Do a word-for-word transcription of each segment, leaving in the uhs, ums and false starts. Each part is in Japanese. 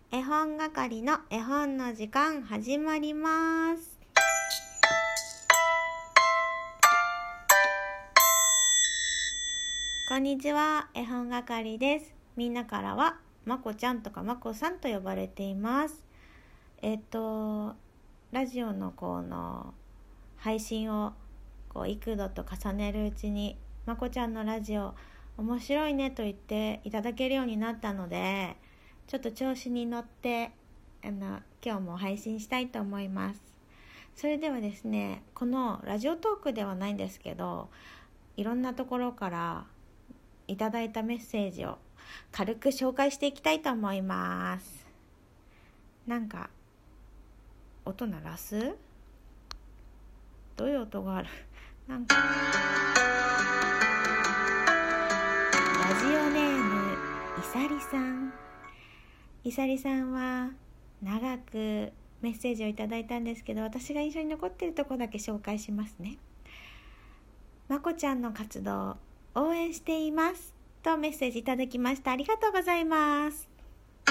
絵本係の絵本の時間始まります。こんにちは、絵本係です。みんなからはまこちゃんとかまこさんと呼ばれています。えっとラジオのこの配信をこう幾度と重ねるうちにまこちゃんのラジオ面白いねと言っていただけるようになったので、ちょっと調子に乗ってあの今日も配信したいと思います。それではですね、このラジオトークではないんですけど、いろんなところからいただいたメッセージを軽く紹介していきたいと思います。なんか音鳴らす？どういう音がある？なんかラジオネームいさりさん。いさりさんは長くメッセージをいただいたんですけど、私が印象に残っているところだけ紹介しますね。まこちゃんの活動応援していますとメッセージいただきました。ありがとうございます。ラ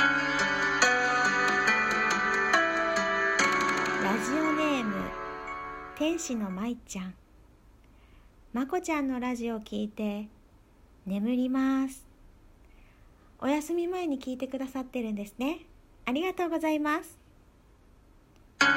ジオネーム天使のまいちゃん。まこちゃんのラジオを聞いて眠ります。お休み前に聞いてくださってるんですね。ありがとうございます。ラ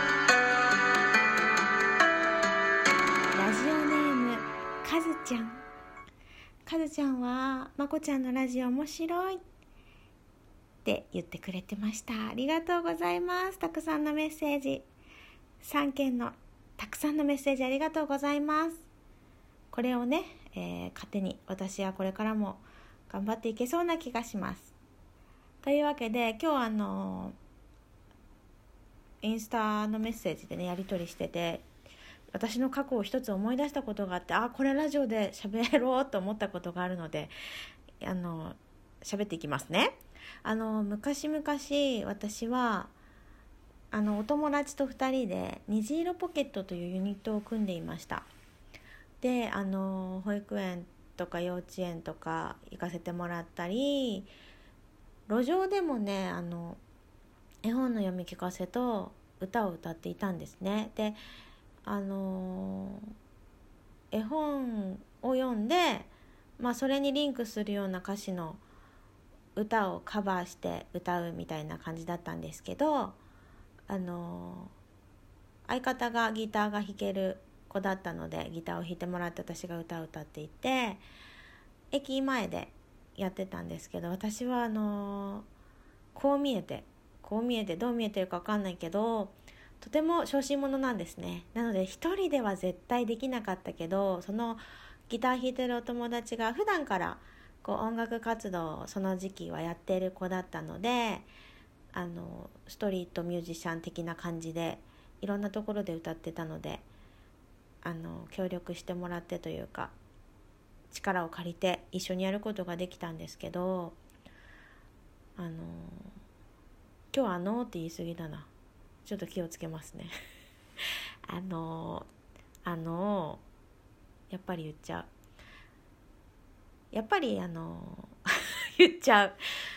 ジオネームかずちゃん。かずちゃんはまこちゃんのラジオ面白いって言ってくれてました。ありがとうございます。たくさんのメッセージ、さんけんのたくさんのメッセージありがとうございます。これをね、えー、糧に私はこれからも頑張っていけそうな気がします。というわけで今日あのインスタのメッセージでねやり取りしてて、私の過去を一つ思い出したことがあって、あこれラジオで喋ろうと思ったことがあるので、あの喋っていきますね。あの昔々私はあのお友達とふたりで虹色ポケットというユニットを組んでいました。であの保育園とか幼稚園とか行かせてもらったり、路上でもねあの絵本の読み聞かせと歌を歌っていたんですね。であの絵本を読んで、まあ、それにリンクするような歌詞の歌をカバーして歌うみたいな感じだったんですけど、あの相方がギターが弾ける子だったのでギターを弾いてもらって私が歌を歌っていて、駅前でやってたんですけど、私はあのこう見えてこう見えてどう見えてるか分かんないけどとても小心者なんですね。なので一人では絶対できなかったけど、そのギター弾いてるお友達が普段からこう音楽活動をその時期はやってる子だったので、あのストリートミュージシャン的な感じでいろんなところで歌ってたので、あの協力してもらってというか力を借りて一緒にやることができたんですけど、あの今日あのって言い過ぎだな、ちょっと気をつけますねあのあのやっぱり言っちゃうやっぱりあの言っちゃう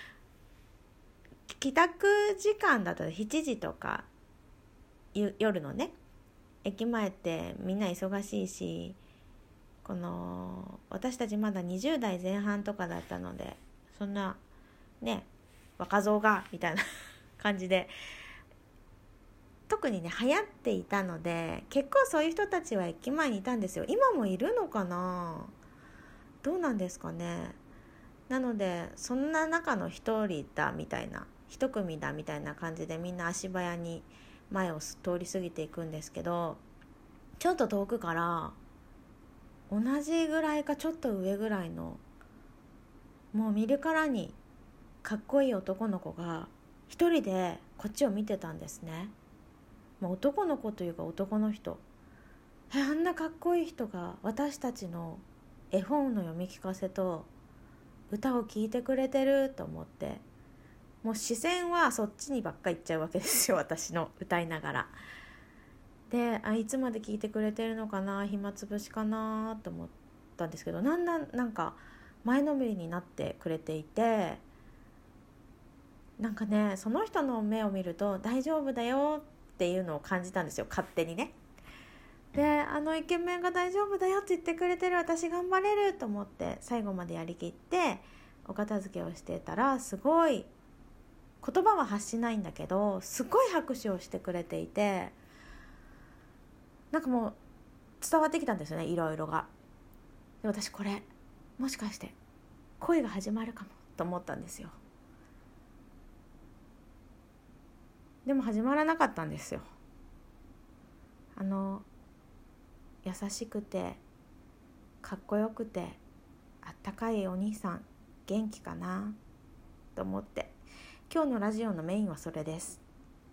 帰宅時間だとしちじとか夜のね、駅前ってみんな忙しいし、この私たちまだにじゅうだいぜん半とかだったので、そんなね若造がみたいな感じで特にね流行っていたので、結構そういう人たちは駅前にいたんですよ。今もいるのかな、どうなんですかね。なのでそんな中の一人だみたいな一組だみたいな感じでみんな足早に前を通り過ぎていくんですけど、ちょっと遠くから同じぐらいかちょっと上ぐらいのもう見るからにかっこいい男の子が一人でこっちを見てたんですね。まあ、男の子というか男の人、えあんなかっこいい人が私たちの絵本の読み聞かせと歌を聴いてくれてると思って、もう視線はそっちにばっかり行っちゃうわけですよ、私の歌いながら。であいつまで聴いてくれてるのかな、暇つぶしかなと思ったんですけど、だんだんなんか前のめりになってくれていて、 なんかね、その人の目を見ると大丈夫だよっていうのを感じたんですよ、勝手にね。で、あのイケメンが大丈夫だよって言ってくれてる、私頑張れると思って最後までやりきってお片付けをしてたら、すごい言葉は発しないんだけどすごい拍手をしてくれていて、なんかもう伝わってきたんですよね、いろいろが。で、私これもしかして恋が始まるかもと思ったんですよ。でも始まらなかったんですよ。あの優しくてかっこよくてあったかいお兄さん、元気かなと思って、今日のラジオのメインはそれです。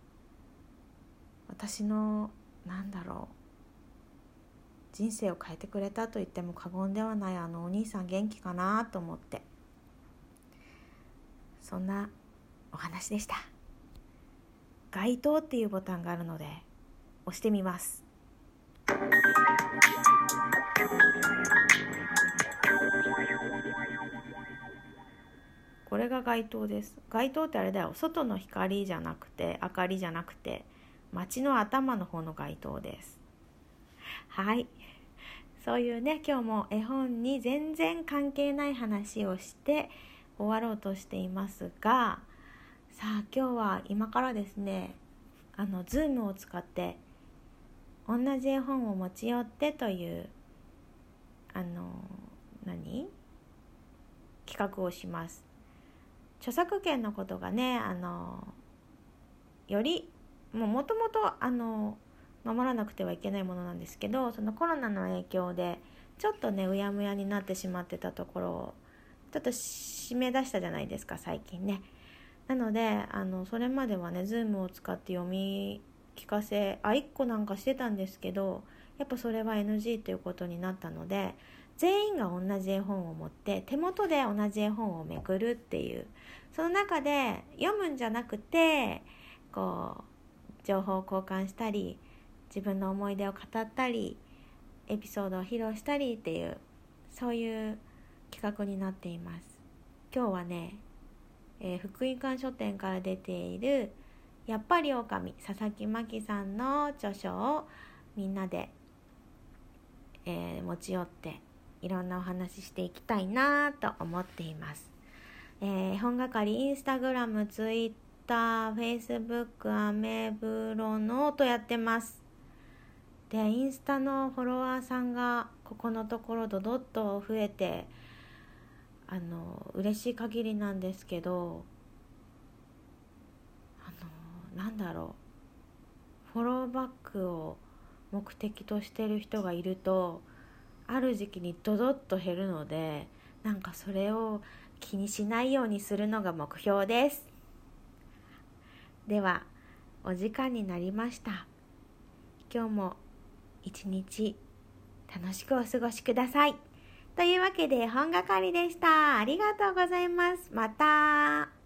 私のなんだろう、人生を変えてくれたと言っても過言ではないあのお兄さん元気かなと思って、そんなお話でした。該当っていうボタンがあるので押してみます。これが街灯です。街灯ってあれだよ、外の光じゃなくて、明かりじゃなくて、街の頭の方の街灯です。はい、そういうね、今日も絵本に全然関係ない話をして終わろうとしていますが、さあ今日は今からですね、あの Zoom を使って同じ絵本を持ち寄ってというあの何企画をします。著作権のことがね、あのよりもともとあの守らなくてはいけないものなんですけど、そのコロナの影響でちょっとねうやむやになってしまってたところをちょっと締め出したじゃないですか、最近ね。なのであのそれまではね Zoom を使って読み聞かせあいっこなんかしてたんですけど、やっぱそれは エヌジー ということになったので、全員が同じ絵本を持って手元で同じ絵本をめくるっていう、その中で読むんじゃなくてこう情報を交換したり、自分の思い出を語ったり、エピソードを披露したりっていう、そういう企画になっています。今日はね、えー、福音館書店から出ているやっぱり狼、佐々木真希さんの著書をみんなで、えー、持ち寄っていろんなお話ししていきたいなと思っています。えー、本係インスタグラム、ツイッター、フェイスブック、アメブロ、ノートやってます。で、インスタのフォロワーさんがここのところドドッと増えて、あの嬉しい限りなんですけど、あのなんだろう、フォローバックを目的としてる人がいるとある時期にドドッと減るので、なんかそれを気にしないようにするのが目標です。ではお時間になりました。今日も一日楽しくお過ごしください。というわけで本係でした。ありがとうございます。また。